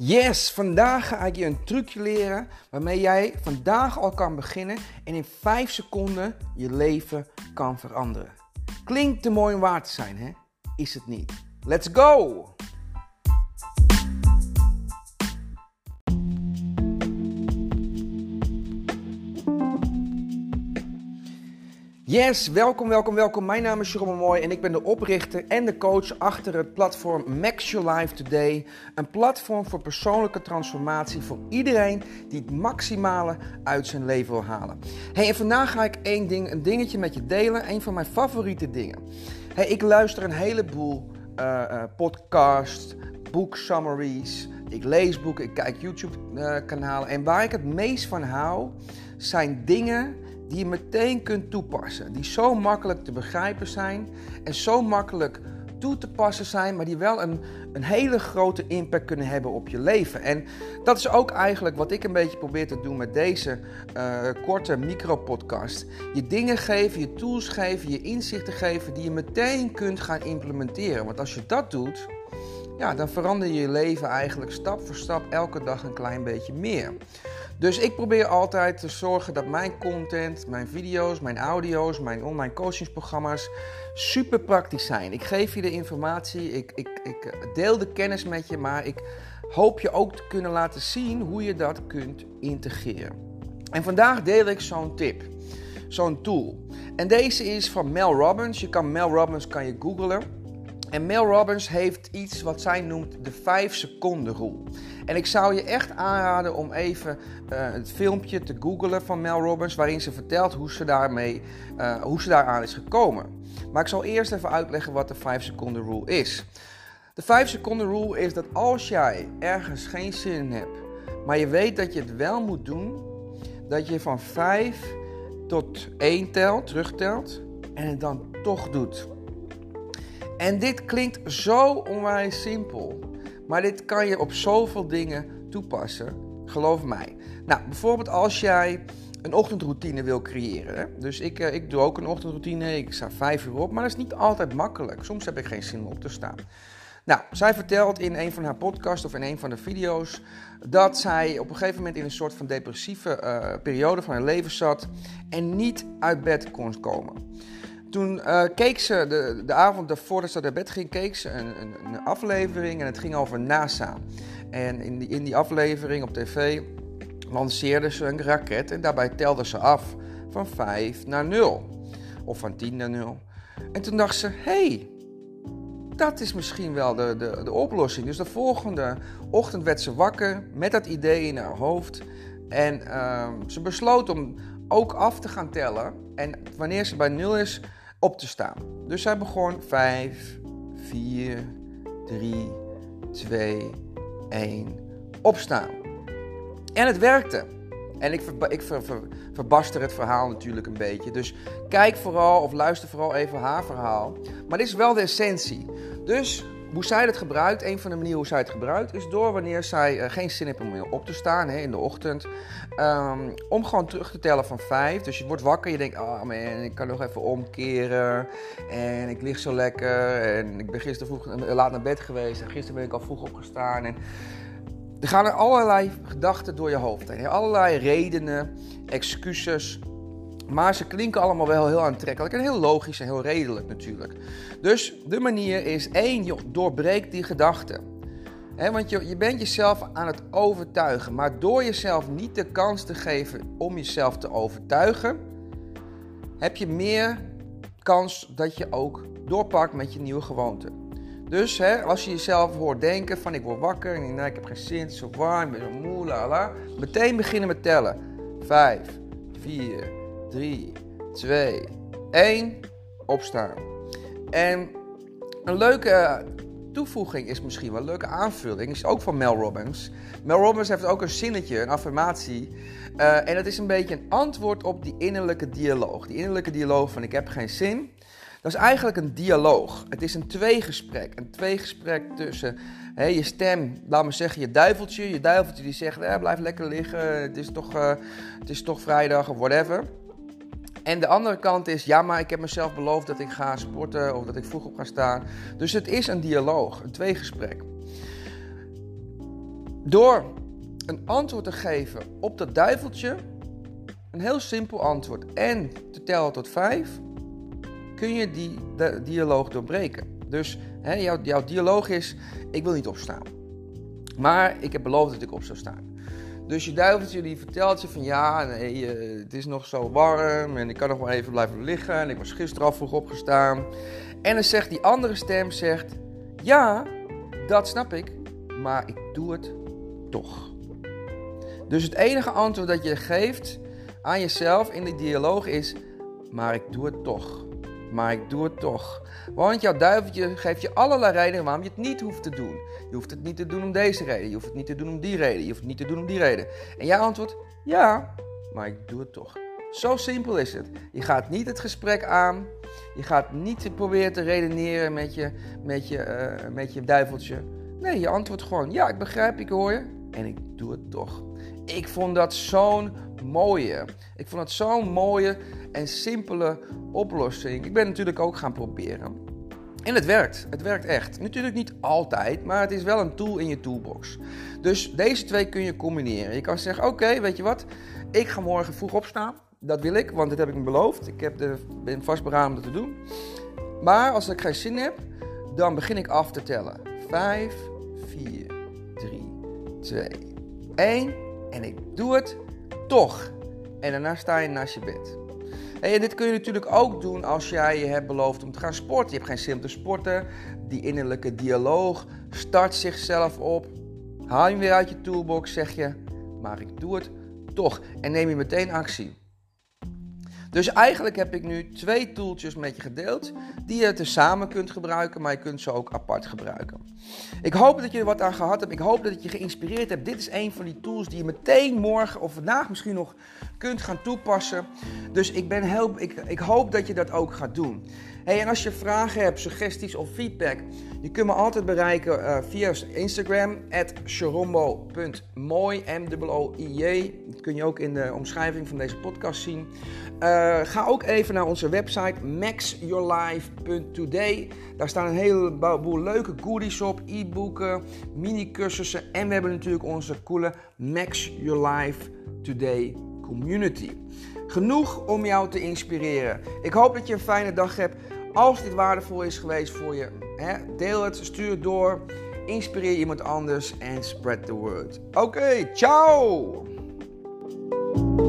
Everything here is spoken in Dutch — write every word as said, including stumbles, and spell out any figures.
Yes, vandaag ga ik je een trucje leren waarmee jij vandaag al kan beginnen en in vijf seconden je leven kan veranderen. Klinkt te mooi om waar te zijn, hè? Is het niet. Let's go! Yes, welkom, welkom, welkom. Mijn naam is Jerome Mooi en ik ben de oprichter en de coach achter het platform Max Your Life Today. Een platform voor persoonlijke transformatie voor iedereen die het maximale uit zijn leven wil halen. Hey, en vandaag ga ik één ding, een dingetje met je delen, een van mijn favoriete dingen. Hey, ik luister een heleboel uh, uh, podcasts, book summaries, ik lees boeken, ik kijk YouTube uh, kanalen en waar ik het meest van hou zijn dingen die je meteen kunt toepassen. Die zo makkelijk te begrijpen zijn en zo makkelijk toe te passen zijn, maar die wel een, een hele grote impact kunnen hebben op je leven. En dat is ook eigenlijk wat ik een beetje probeer te doen met deze uh, korte micro-podcast. Je dingen geven, je tools geven, je inzichten geven die je meteen kunt gaan implementeren. Want als je dat doet, ja, dan verander je je leven eigenlijk stap voor stap elke dag een klein beetje meer. Dus ik probeer altijd te zorgen dat mijn content, mijn video's, mijn audio's, mijn online coachingsprogramma's super praktisch zijn. Ik geef je de informatie, ik, ik, ik deel de kennis met je, maar ik hoop je ook te kunnen laten zien hoe je dat kunt integreren. En vandaag deel ik zo'n tip, zo'n tool. En deze is van Mel Robbins. Je kan Mel Robbins kan je googlen. En Mel Robbins heeft iets wat zij noemt de vijf seconden rule. En ik zou je echt aanraden om even uh, het filmpje te googlen van Mel Robbins, waarin ze vertelt hoe ze, daarmee, uh, hoe ze daaraan is gekomen. Maar ik zal eerst even uitleggen wat de vijf seconden rule is. De vijf seconden rule is dat als jij ergens geen zin in hebt, maar je weet dat je het wel moet doen, dat je van vijf tot één telt, terugtelt en het dan toch doet. En dit klinkt zo onwijs simpel, maar dit kan je op zoveel dingen toepassen, geloof mij. Nou, bijvoorbeeld als jij een ochtendroutine wil creëren. Hè? Dus ik, ik doe ook een ochtendroutine, ik sta vijf uur op, maar dat is niet altijd makkelijk. Soms heb ik geen zin om op te staan. Nou, zij vertelt in een van haar podcasts of in een van de video's dat zij op een gegeven moment in een soort van depressieve uh, periode van haar leven zat en niet uit bed kon komen. Toen uh, keek ze, de, de avond daarvoor dat ze naar bed ging, keek ze een, een, een aflevering en het ging over NASA. En in die, in die aflevering op tv lanceerde ze een raket en daarbij telde ze af van vijf naar nul. Of van tien naar nul. En toen dacht ze, hé, hey, dat is misschien wel de, de, de oplossing. Dus de volgende ochtend werd ze wakker met dat idee in haar hoofd. En uh, ze besloot om ook af te gaan tellen. En wanneer ze bij nul is, op te staan. Dus zij begon vijf, vier, drie, twee, één, opstaan. En het werkte. En ik, ver, ik ver, ver, verbaster het verhaal natuurlijk een beetje. Dus kijk vooral of luister vooral even haar verhaal. Maar dit is wel de essentie. Dus hoe zij het gebruikt, een van de manieren hoe zij het gebruikt, is door wanneer zij uh, geen zin heeft om op te staan hè, in de ochtend. Um, om gewoon terug te tellen van vijf. Dus je wordt wakker, je denkt, oh man, ik kan nog even omkeren. En ik lig zo lekker. En ik ben gisteren vroeg laat naar bed geweest. En gisteren ben ik al vroeg opgestaan. En er gaan er allerlei gedachten door je hoofd heen. Allerlei redenen, excuses. Maar ze klinken allemaal wel heel aantrekkelijk en heel logisch en heel redelijk natuurlijk. Dus de manier is één, je doorbreekt die gedachten. He, want je, je bent jezelf aan het overtuigen. Maar door jezelf niet de kans te geven om jezelf te overtuigen, heb je meer kans dat je ook doorpakt met je nieuwe gewoonte. Dus he, als je jezelf hoort denken van ik word wakker en nee, ik heb geen zin, het is zo warm, ik ben zo moe, la la. Meteen beginnen met tellen. Vijf, vier, drie, twee, één, opstaan. En een leuke toevoeging is misschien wel een leuke aanvulling, is ook van Mel Robbins. Mel Robbins heeft ook een zinnetje, een affirmatie. Uh, en dat is een beetje een antwoord op die innerlijke dialoog. Die innerlijke dialoog van ik heb geen zin. Dat is eigenlijk een dialoog. Het is een tweegesprek. Een tweegesprek tussen hè, je stem, laat maar zeggen je duiveltje. Je duiveltje die zegt, eh, blijf lekker liggen, het is, toch, uh, het is toch vrijdag of whatever. En de andere kant is, ja maar ik heb mezelf beloofd dat ik ga sporten of dat ik vroeg op ga staan. Dus het is een dialoog, een tweegesprek. door een antwoord te geven op dat duiveltje, een heel simpel antwoord, en te tellen tot vijf, kun je die de, dialoog doorbreken. Dus hè, jouw, jouw dialoog is, ik wil niet opstaan. Maar ik heb beloofd dat ik op zou staan. Dus je duiveltje die vertelt je van ja, nee, het is nog zo warm en ik kan nog wel even blijven liggen en ik was gisteren al vroeg opgestaan. En dan zegt die andere stem, zegt, ja, dat snap ik, maar ik doe het toch. Dus het enige antwoord dat je geeft aan jezelf in die dialoog is, maar ik doe het toch. Maar ik doe het toch. Want jouw duiveltje geeft je allerlei redenen waarom je het niet hoeft te doen. Je hoeft het niet te doen om deze reden. Je hoeft het niet te doen om die reden. Je hoeft het niet te doen om die reden. En jouw antwoord, ja, maar ik doe het toch. Zo simpel is het. Je gaat niet het gesprek aan. Je gaat niet proberen te redeneren met je, met je, uh, met je duiveltje. Nee, je antwoordt gewoon, ja, ik begrijp, ik hoor je. En ik doe het toch. Ik vond dat zo'n mooie. Ik vond het zo'n mooie en simpele oplossing. Ik ben natuurlijk ook gaan proberen. En het werkt. Het werkt echt. Natuurlijk niet altijd, maar het is wel een tool in je toolbox. Dus deze twee kun je combineren. Je kan zeggen, oké, okay, weet je wat? Ik ga morgen vroeg opstaan. Dat wil ik, want dat heb ik me beloofd. Ik heb de, ben vastberaden om dat te doen. Maar als ik geen zin heb, dan begin ik af te tellen. vijf, vier, drie, twee, één. En ik doe het toch. En daarna sta je naast je bed. En dit kun je natuurlijk ook doen als jij je hebt beloofd om te gaan sporten. Je hebt geen zin om te sporten. Die innerlijke dialoog start zichzelf op. Haal je hem weer uit je toolbox, zeg je, maar ik doe het toch. En neem je meteen actie. Dus eigenlijk heb ik nu twee tooltjes met je gedeeld, die je tezamen kunt gebruiken, maar je kunt ze ook apart gebruiken. Ik hoop dat je er wat aan gehad hebt. Ik hoop dat het je geïnspireerd hebt. Dit is een van die tools die je meteen morgen of vandaag misschien nog kunt gaan toepassen. Dus ik, ben heel, ik, ik hoop dat je dat ook gaat doen. Hey, en als je vragen hebt, suggesties of feedback, je kunt me altijd bereiken uh, via Instagram, at sharombo punt mooi, M O O I J. Dat kun je ook in de omschrijving van deze podcast zien. Uh, ga ook even naar onze website, max your life punt today. Daar staan een heleboel leuke goodies op, e-boeken, mini-cursussen. En we hebben natuurlijk onze coole Max Your Life Today community. Genoeg om jou te inspireren. Ik hoop dat je een fijne dag hebt. Als dit waardevol is geweest voor je, hè, deel het, stuur het door, inspireer iemand anders en spread the word. Oké, okay, ciao!